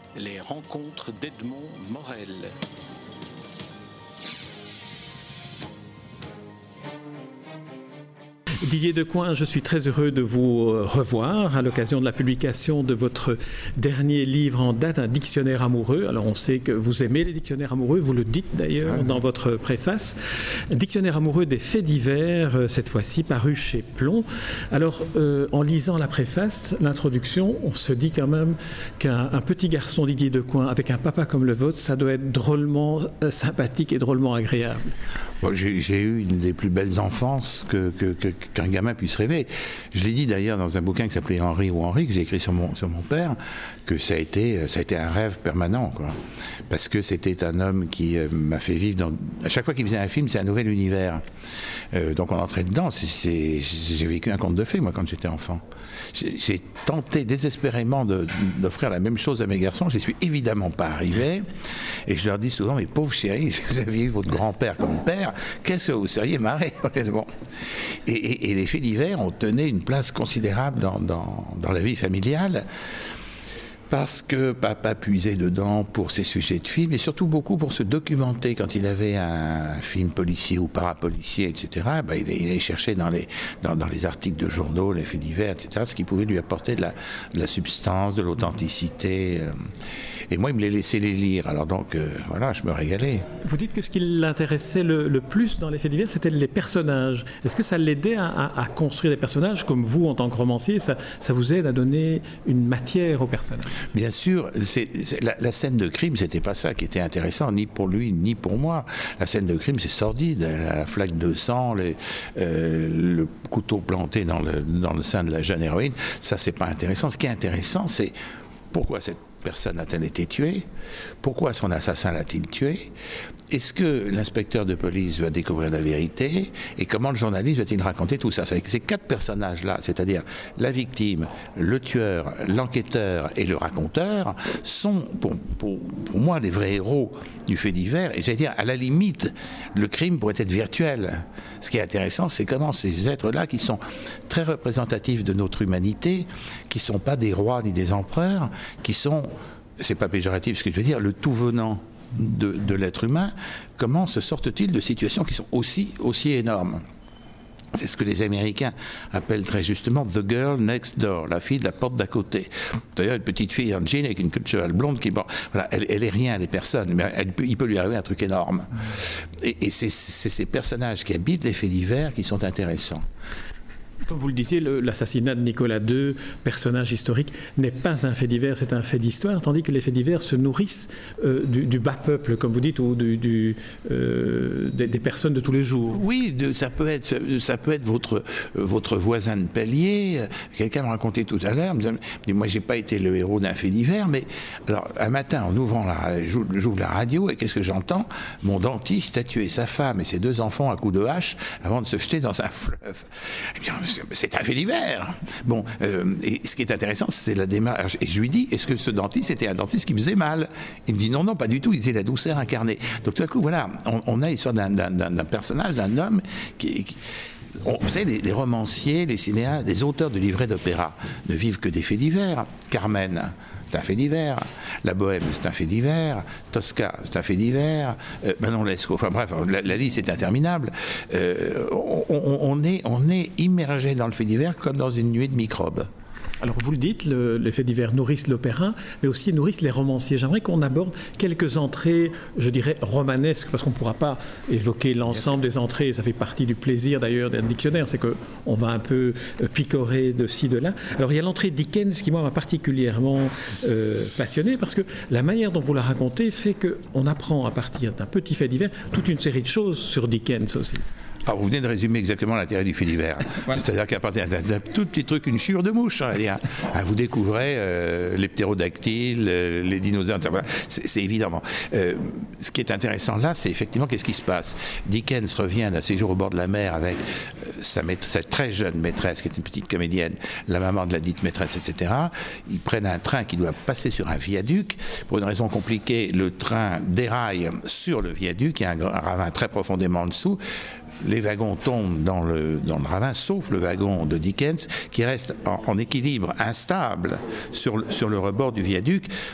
Les rencontres d'Edmond Morel. Didier Decoing, je suis très heureux de vous revoir à l'occasion de la publication de votre dernier livre en date, un dictionnaire amoureux. Alors on sait que vous aimez les dictionnaires amoureux, vous le dites d'ailleurs dans votre préface. Dictionnaire amoureux des faits divers, cette fois-ci paru chez Plon. Alors en lisant la préface, l'introduction, on se dit quand même qu'un petit garçon Didier Decoing avec un papa comme le vôtre, ça doit être drôlement sympathique et drôlement agréable. Bon, j'ai eu une des plus belles enfances qu'un gamin puisse rêver. Je l'ai dit d'ailleurs dans un bouquin qui s'appelait Henri ou Henri, que j'ai écrit sur mon père, que ça a été un rêve permanent, quoi. Parce que c'était un homme qui m'a fait vivre à chaque fois qu'il faisait un film, c'est un nouvel univers. Donc on entrait dedans. J'ai vécu un conte de fées, moi, quand j'étais enfant. J'ai tenté désespérément d'offrir la même chose à mes garçons. J'y suis évidemment pas arrivé. Et je leur dis souvent, mes pauvres chéris, si vous aviez eu votre grand-père comme père, qu'est-ce que vous seriez marrés, honnêtement. Et les faits divers ont tenu une place considérable dans la vie familiale. Parce que papa puisait dedans pour ses sujets de films et surtout beaucoup pour se documenter quand il avait un film policier ou parapolicier, etc. Il allait chercher dans les articles de journaux, les faits divers, etc. Ce qui pouvait lui apporter de la substance, de l'authenticité. Et moi, il me les laissait les lire. Alors donc, voilà, je me régalais. Vous dites que ce qui l'intéressait le plus dans les faits divers, c'était les personnages. Est-ce que ça l'aidait à construire des personnages comme vous, en tant que romancier, ça vous aide à donner une matière aux personnages? Bien sûr, la scène de crime, c'était pas ça qui était intéressant, ni pour lui, ni pour moi. La scène de crime, c'est sordide. La flaque de sang, le couteau planté dans le sein de la jeune héroïne, ça, c'est pas intéressant. Ce qui est intéressant, c'est pourquoi cette personne a-t-elle été tuée? Pourquoi son assassin l'a-t-il tué? Est-ce que l'inspecteur de police va découvrir la vérité? Et comment le journaliste va-t-il raconter tout ça? C'est avec ces quatre personnages-là, c'est-à-dire la victime, le tueur, l'enquêteur et le raconteur, sont pour moi les vrais héros du fait divers. Et j'allais dire, à la limite, le crime pourrait être virtuel. Ce qui est intéressant, c'est comment ces êtres-là, qui sont très représentatifs de notre humanité, qui ne sont pas des rois ni des empereurs, qui sont, c'est pas péjoratif ce que je veux dire, le tout venant de l'être humain, comment se sortent-ils de situations qui sont aussi énormes? C'est ce que les Américains appellent très justement « the girl next door », la fille de la porte d'à côté. D'ailleurs, une petite fille en jean avec une queue de cheval blonde qui, voilà, elle est rien, elle est personne, mais il peut lui arriver un truc énorme. Et c'est ces personnages qui habitent les faits divers qui sont intéressants. Comme vous le disiez, l'assassinat de Nicolas II, personnage historique, n'est pas un fait divers, c'est un fait d'histoire, tandis que les faits divers se nourrissent du bas peuple, comme vous dites, ou des personnes de tous les jours. Oui, ça peut être votre voisin de palier. Quelqu'un me racontait tout à l'heure, moi j'ai pas été le héros d'un fait divers, mais alors un matin en ouvrant j'ouvre la radio et qu'est-ce que j'entends? Mon dentiste a tué sa femme et ses deux enfants à coups de hache avant de se jeter dans un fleuve. C'est un fait divers. Bon, et ce qui est intéressant, c'est la démarche. Et je lui dis, est-ce que ce dentiste était un dentiste qui faisait mal? Il me dit non, pas du tout, il était la douceur incarnée. Donc tout à coup, voilà, on a l'histoire d'un personnage, d'un homme vous savez, les romanciers, les cinéastes, les auteurs de livrets d'opéra ne vivent que des faits divers. Carmen, c'est un fait divers. La Bohème, c'est un fait divers. Tosca, c'est un fait divers. Manon Lescaut, enfin bref, la liste est interminable. On est immergé dans le fait divers comme dans une nuée de microbes. Alors vous le dites, les faits divers nourrissent l'opéra, mais aussi nourrissent les romanciers. J'aimerais qu'on aborde quelques entrées, je dirais, romanesques, parce qu'on ne pourra pas évoquer l'ensemble des entrées. Ça fait partie du plaisir d'ailleurs d'un dictionnaire, c'est qu'on va un peu picorer de ci, de là. Alors il y a l'entrée Dickens qui, moi, m'a particulièrement passionné, parce que la manière dont vous la racontez fait qu'on apprend à partir d'un petit fait divers toute une série de choses sur Dickens aussi. Alors, vous venez de résumer exactement l'intérêt du fait divers. Voilà. C'est-à-dire qu'à partir d'un tout petit truc, une chure de mouche, vous découvrez les ptérodactyles, les dinosaures, voilà. C'est évidemment. Ce qui est intéressant là, c'est effectivement qu'est-ce qui se passe. Dickens revient d'un séjour au bord de la mer avec sa très jeune maîtresse, qui est une petite comédienne, la maman de la dite maîtresse, etc. Ils prennent un train qui doit passer sur un viaduc. Pour une raison compliquée, le train déraille sur le viaduc, il y a un ravin très profondément en dessous. Les wagons tombent dans le ravin, sauf le wagon de Dickens, qui reste en équilibre instable sur le rebord du viaduc.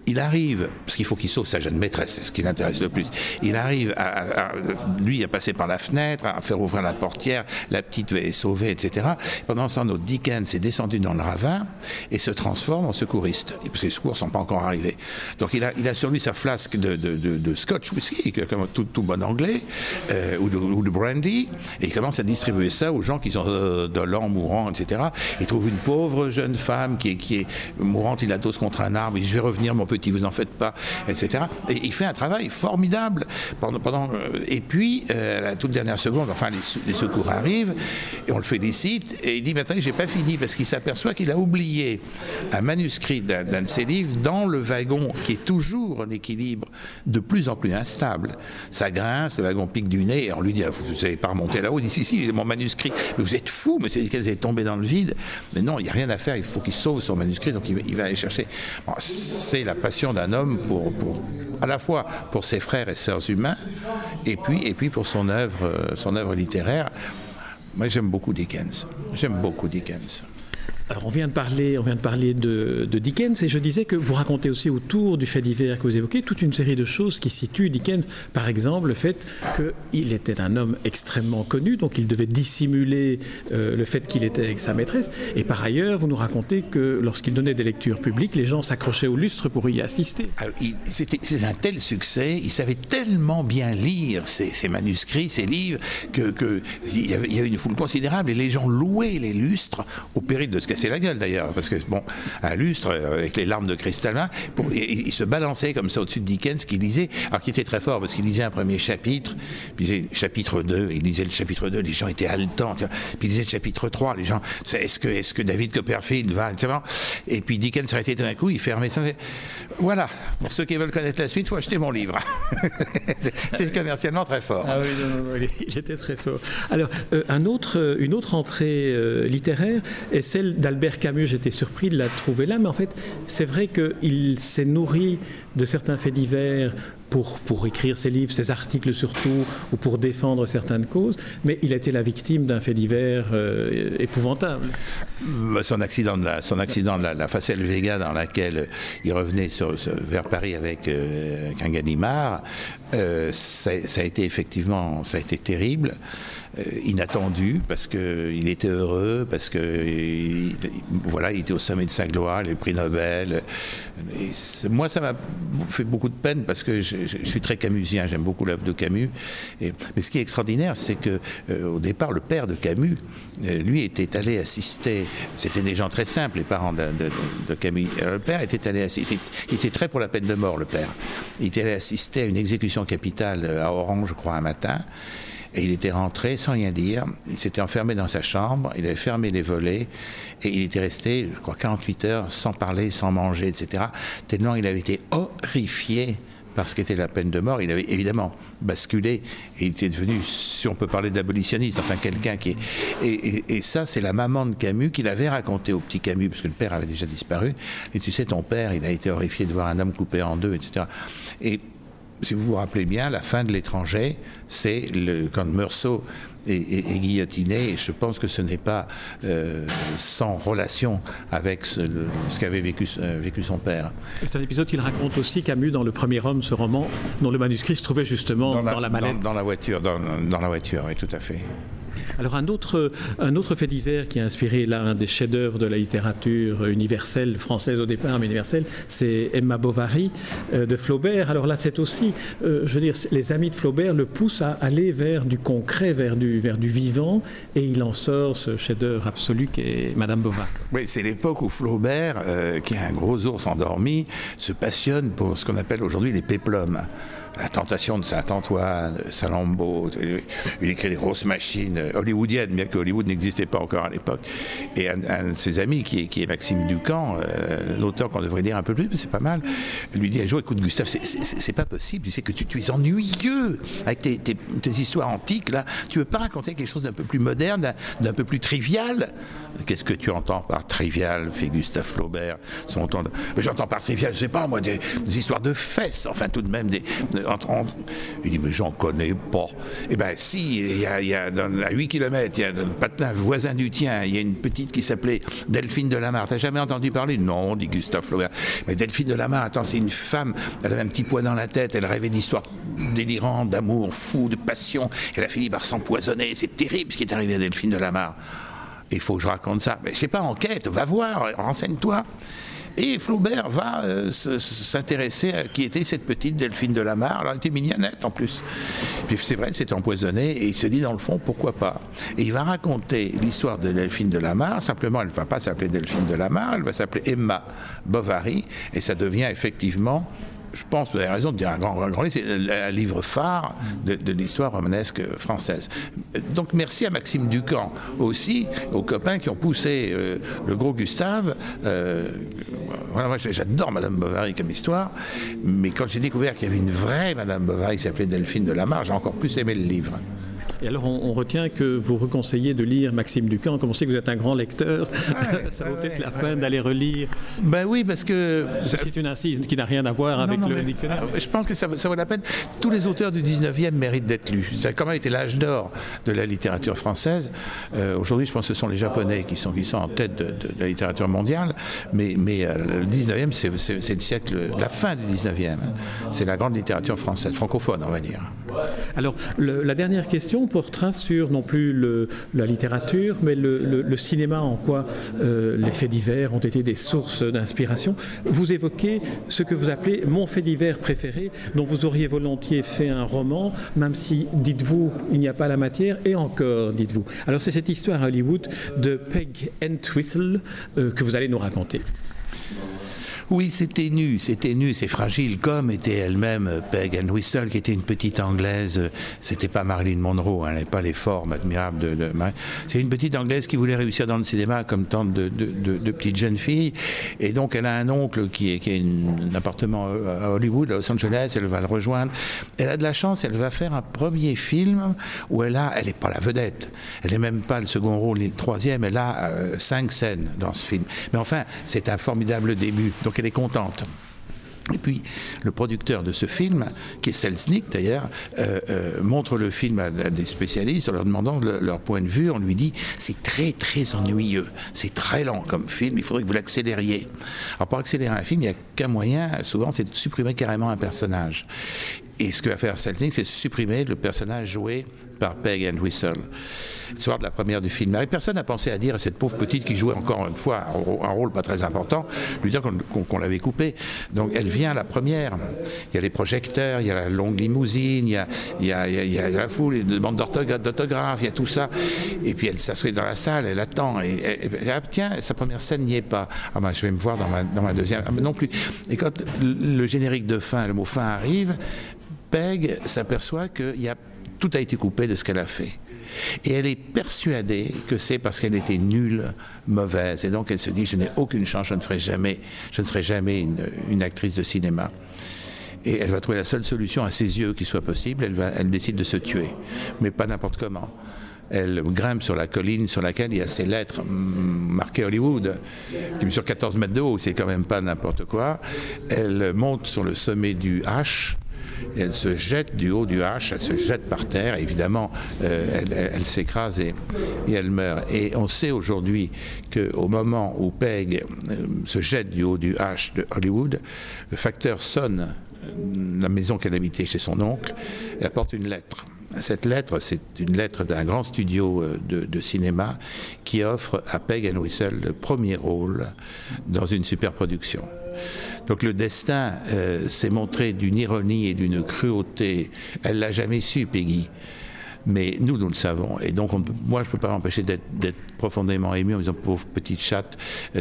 il arrive, parce qu'il faut qu'il sauve sa jeune maîtresse, c'est ce qui l'intéresse le plus, il arrive lui à passer par la fenêtre, à faire ouvrir la portière, la petite est sauvée, etc. Pendant ce temps, notre Dickens est descendu dans le ravin et se transforme en secouriste, parce que les secours ne sont pas encore arrivés. Donc il a sur lui sa flasque de scotch whisky, comme tout bon anglais, ou de brandy, et il commence à distribuer ça aux gens qui sont dolents, mourants, etc. Il trouve une pauvre jeune femme qui est mourante, il la dose contre un arbre, il dit « je vais revenir mon petit, vous en faites pas », etc. Et il fait un travail formidable et puis à la toute dernière seconde, enfin les secours arrivent et on le félicite et il dit « mais attendez, j'ai pas fini » parce qu'il s'aperçoit qu'il a oublié un manuscrit d'un de ses livres dans le wagon qui est toujours en équilibre de plus en plus instable. Ça grince, le wagon pique du nez et on lui dit « vous n'avez pas remonté là-haut ?» Il dit « si, mon manuscrit. » « Mais vous êtes fou, monsieur Dickens, vous êtes tombé dans le vide. » Mais non, il n'y a rien à faire, il faut qu'il sauve son manuscrit, donc il va aller chercher. Bon, c'est la passion d'un homme à la fois pour ses frères et sœurs humains, et puis pour son œuvre littéraire. Moi, j'aime beaucoup Dickens. Alors on vient de parler de Dickens et je disais que vous racontez aussi autour du fait divers que vous évoquez toute une série de choses qui situent Dickens. Par exemple, le fait qu'il était un homme extrêmement connu, donc il devait dissimuler le fait qu'il était avec sa maîtresse. Et par ailleurs, vous nous racontez que lorsqu'il donnait des lectures publiques, les gens s'accrochaient au lustre pour y assister. C'était un tel succès, il savait tellement bien lire ses manuscrits, ses livres, qu'il y avait une foule considérable et les gens louaient les lustres au péril de se casser la gueule d'ailleurs, parce que bon, un lustre avec les larmes de cristal, il se balançait comme ça au-dessus de Dickens qui lisait, alors qui était très fort parce qu'il lisait un premier chapitre, puis il lisait le chapitre 2, il lisait le chapitre 2, les gens étaient haletants, puis il lisait le chapitre 3, les gens, est-ce que David Copperfield va, etc. Et puis Dickens s'arrêtait d'un coup, il fermait ça, voilà, pour ceux qui veulent connaître la suite, il faut acheter mon livre. C'est commercialement très fort. Ah oui, non, il était très fort. Alors, une autre entrée littéraire est celle d'Albert Camus. J'étais surpris de la trouver là, mais en fait, c'est vrai qu'il s'est nourri de certains faits divers pour écrire ses livres, ses articles surtout, ou pour défendre certaines causes, mais il a été la victime d'un fait divers épouvantable. Son accident de la Facel Vega dans laquelle il revenait vers Paris avec un Gallimard, ça a été terrible. Inattendu parce qu'il était heureux, parce que il était au sommet de sa gloire, les prix Nobel. Et moi, ça m'a fait beaucoup de peine parce que je suis très camusien, j'aime beaucoup l'œuvre de Camus. Mais ce qui est extraordinaire, c'est que au départ, le père de Camus, lui, était allé assister. C'était des gens très simples, les parents de Camus. Le père il était très pour la peine de mort, le père. Il était allé assister à une exécution capitale à Oran, je crois, un matin. Et il était rentré sans rien dire, il s'était enfermé dans sa chambre, il avait fermé les volets et il était resté, je crois, 48 heures sans parler, sans manger, etc. Tellement il avait été horrifié par ce qu'était la peine de mort. Il avait évidemment basculé et il était devenu, si on peut parler d'abolitionniste, enfin quelqu'un qui est... Et ça, c'est la maman de Camus qui l'avait raconté au petit Camus, parce que le père avait déjà disparu. Et tu sais, ton père, il a été horrifié de voir un homme coupé en deux, etc. Et si vous vous rappelez bien, la fin de L'Étranger, c'est quand Meursault est guillotiné, et je pense que ce n'est pas sans relation avec ce qu'avait vécu son père. Et c'est un épisode qu'il raconte aussi, Camus, dans Le Premier Homme, ce roman dont le manuscrit se trouvait justement dans la mallette. Dans la voiture, oui, tout à fait. Alors un autre fait divers qui a inspiré l'un des chefs-d'œuvre de la littérature universelle, française au départ, mais universelle, c'est Emma Bovary de Flaubert. Alors là, c'est aussi, les amis de Flaubert le poussent à aller vers du concret, vers du vivant, et il en sort ce chef-d'œuvre absolu qui est Madame Bovary. Oui, c'est l'époque où Flaubert, qui est un gros ours endormi, se passionne pour ce qu'on appelle aujourd'hui les péplums. La tentation de Saint-Antoine, Salammbô, il écrit des grosses machines hollywoodiennes, bien que Hollywood n'existait pas encore à l'époque. Et un de ses amis, qui est Maxime Ducamp, l'auteur qu'on devrait lire un peu plus, mais c'est pas mal, lui dit un jour, écoute Gustave, c'est pas possible, tu sais que tu es ennuyeux avec tes histoires antiques, là. Tu veux pas raconter quelque chose d'un peu plus moderne, d'un peu plus trivial? Qu'est-ce que tu entends par trivial, fait Gustave Flaubert. Mais j'entends par trivial, je sais pas moi, des histoires de fesses, enfin tout de même, Il dit, mais j'en connais pas. Eh bien, si, à 8 km, il y a un patelin voisin du tien, il y a une petite qui s'appelait Delphine de Lamare. T'as jamais entendu parler? Non, dit Gustave Flaubert. Mais Delphine de Lamare, attends, c'est une femme, elle avait un petit poids dans la tête, elle rêvait d'histoires délirantes, d'amour fou, de passion. Elle a fini par s'empoisonner. C'est terrible ce qui est arrivé à Delphine de Lamare. Il faut que je raconte ça. Mais je sais pas, enquête, va voir, renseigne-toi. Et Flaubert va s'intéresser à qui était cette petite Delphine de Lamare. Alors, elle était mignonnette en plus. Puis c'est vrai, elle s'était empoisonnée et il se dit dans le fond, pourquoi pas. Et il va raconter l'histoire de Delphine de Lamare. Simplement, elle ne va pas s'appeler Delphine de Lamare, elle va s'appeler Emma Bovary. Et ça devient effectivement... Je pense, vous avez raison de dire un grand livre, c'est un livre phare de l'histoire romanesque française. Donc merci à Maxime Ducamp aussi, aux copains qui ont poussé le gros Gustave. Voilà, moi j'adore Madame Bovary comme histoire, mais quand j'ai découvert qu'il y avait une vraie Madame Bovary qui s'appelait Delphine de Lamare, j'ai encore plus aimé le livre. Et alors, on retient que vous reconseillez de lire Maxime Ducamp. Comme on sait que vous êtes un grand lecteur, ça vaut peut-être la peine d'aller relire. Ben oui, parce que... C'est une incise qui n'a rien à voir avec le dictionnaire. Je pense que ça vaut la peine. Tous les auteurs du 19e méritent d'être lus. Ça a quand même été l'âge d'or de la littérature française. Aujourd'hui, je pense que ce sont les Japonais qui sont en tête de la littérature mondiale. Mais le 19e, c'est le siècle... La fin du 19e. C'est la grande littérature française, francophone, on va dire. Alors, la dernière question portera sur non plus la littérature, mais le cinéma, en quoi les faits divers ont été des sources d'inspiration. Vous évoquez ce que vous appelez mon fait divers préféré, dont vous auriez volontiers fait un roman, même si, dites-vous, il n'y a pas la matière, et encore, dites-vous. Alors c'est cette histoire à Hollywood de Peg Entwistle que vous allez nous raconter. Oui, c'était nu, c'est fragile, comme était elle-même Peg Entwistle, qui était une petite Anglaise. C'était pas Marilyn Monroe, elle n'avait pas les formes admirables de c'est une petite Anglaise qui voulait réussir dans le cinéma comme tant de petites jeunes filles. Et donc, elle a un oncle qui a un appartement à Hollywood, à Los Angeles, elle va le rejoindre. Elle a de la chance, elle va faire un premier film où elle n'est pas la vedette, elle n'est même pas le second rôle, le troisième, elle a 5 scènes dans ce film. Mais enfin, c'est un formidable début. Donc, elle est contente. Et puis, le producteur de ce film, qui est Selznick d'ailleurs, montre le film à des spécialistes en leur demandant leur point de vue. On lui dit, c'est très très ennuyeux, c'est très lent comme film, il faudrait que vous l'accélériez. Alors pour accélérer un film, il n'y a qu'un moyen, souvent, c'est de supprimer carrément un personnage. Et ce que va faire Selznick, c'est supprimer le personnage joué par Peg Entwistle. Le soir de la première du film, personne n'a pensé à dire à cette pauvre petite qui jouait encore une fois un rôle pas très important, lui dire qu'on l'avait coupé. Donc elle vient à la première. Il y a les projecteurs, il y a la longue limousine, il y a la foule, les demandes d'autographes, il y a tout ça. Et puis elle s'assoit dans la salle, elle attend. Et tiens, sa première scène n'y est pas. Ah ben je vais me voir dans ma deuxième. Ah, ben non plus. Et quand le générique de fin, le mot fin arrive, Peg s'aperçoit que tout a été coupé de ce qu'elle a fait. Et elle est persuadée que c'est parce qu'elle était nulle, mauvaise. Et donc elle se dit, je n'ai aucune chance, je ne serai jamais une actrice de cinéma. Et elle va trouver la seule solution à ses yeux qui soit possible. Elle décide de se tuer, mais pas n'importe comment. Elle grimpe sur la colline sur laquelle il y a ces lettres marquées Hollywood, qui mesurent 14 mètres de haut, c'est quand même pas n'importe quoi. Elle monte sur le sommet du H. Et elle se jette du haut du H, elle se jette par terre, et évidemment, elle s'écrase et elle meurt. Et on sait aujourd'hui qu'au moment où Peg se jette du haut du H de Hollywood, le facteur sonne la maison qu'elle habitait chez son oncle et apporte une lettre. Cette lettre, c'est une lettre d'un grand studio de cinéma qui offre à Peg Entwistle le premier rôle dans une superproduction. Donc le destin s'est montré d'une ironie et d'une cruauté. Elle l'a jamais su, Peggy. Mais nous le savons. Et donc, moi, je ne peux pas m'empêcher d'être profondément ému en me disant, pauvre petite chatte,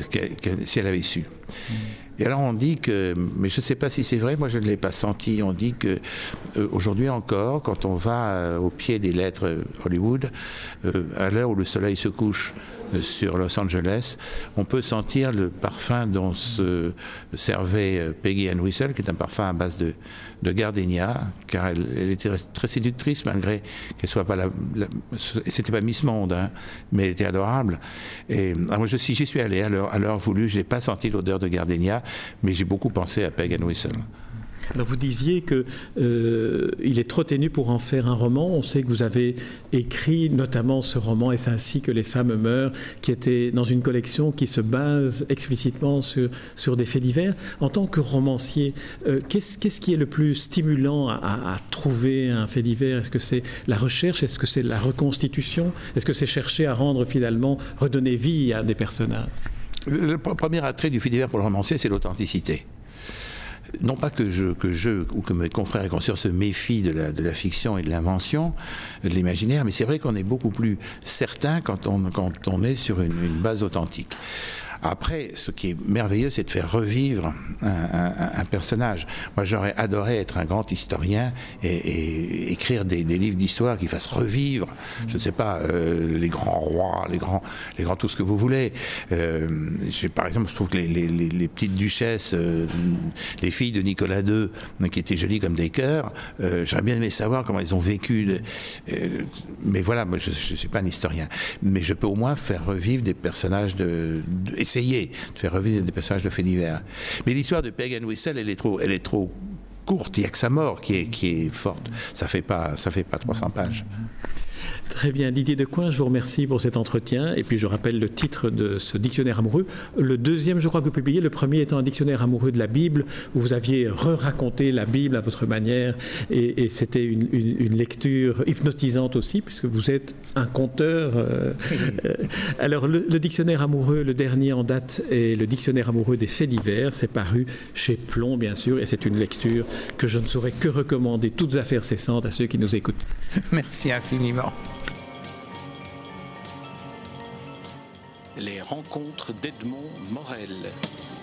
si elle avait su. Et alors, on dit que, mais je ne sais pas si c'est vrai, moi, je ne l'ai pas senti, on dit que aujourd'hui encore, quand on va au pied des lettres Hollywood, à l'heure où le soleil se couche sur Los Angeles, on peut sentir le parfum dont se servait Peggy Entwistle, qui est un parfum à base de gardénia, car elle était très séductrice malgré qu'elle soit pas c'était pas Miss Monde, hein, mais elle était adorable. Et moi j'y suis allé à l'heure voulue, je n'ai pas senti l'odeur de gardénia, mais j'ai beaucoup pensé à Peg Entwistle. Alors vous disiez que il est trop ténu pour en faire un roman. On sait que vous avez écrit notamment ce roman « Est-ce ainsi que les femmes meurent ?» qui était dans une collection qui se base explicitement sur des faits divers. En tant que romancier, qu'est-ce qui est le plus stimulant à trouver un fait divers? Est-ce que c'est la recherche? Est-ce que c'est la reconstitution? Est-ce que c'est chercher à rendre finalement, redonner vie à des personnages? Le premier attrait du fait divers pour le romancier, c'est l'authenticité. Non pas que je ou que mes confrères et consoeurs se méfient de la fiction et de l'invention, de l'imaginaire, mais c'est vrai qu'on est beaucoup plus certain quand on est sur une base authentique. Après, ce qui est merveilleux, c'est de faire revivre un personnage. Moi, j'aurais adoré être un grand historien et écrire des livres d'histoire qui fassent revivre, je ne sais pas, les grands rois, les grands tout ce que vous voulez. Par exemple, je trouve que les petites duchesses, les filles de Nicolas II, qui étaient jolies comme des cœurs, j'aurais bien aimé savoir comment elles ont vécu. Mais voilà, moi, je ne suis pas un historien. Mais je peux au moins faire revivre des personnages essayer de faire revivre des personnages de faits divers. Mais l'histoire de Pagan Whistle, elle est trop courte. Il n'y a que sa mort qui est forte. Ça fait pas 300 pages. Très bien. Didier Decoing, je vous remercie pour cet entretien. Et puis, je rappelle le titre de ce dictionnaire amoureux. Le deuxième, je crois que vous publiez, le premier étant un dictionnaire amoureux de la Bible, où vous aviez re-raconté la Bible à votre manière. Et c'était une lecture hypnotisante aussi, puisque vous êtes un conteur. Alors, le dictionnaire amoureux, le dernier en date, est le dictionnaire amoureux des faits divers. C'est paru chez Plomb, bien sûr. Et c'est une lecture que je ne saurais que recommander, toutes affaires cessantes, à ceux qui nous écoutent. Merci infiniment. Les rencontres d'Edmond Morel.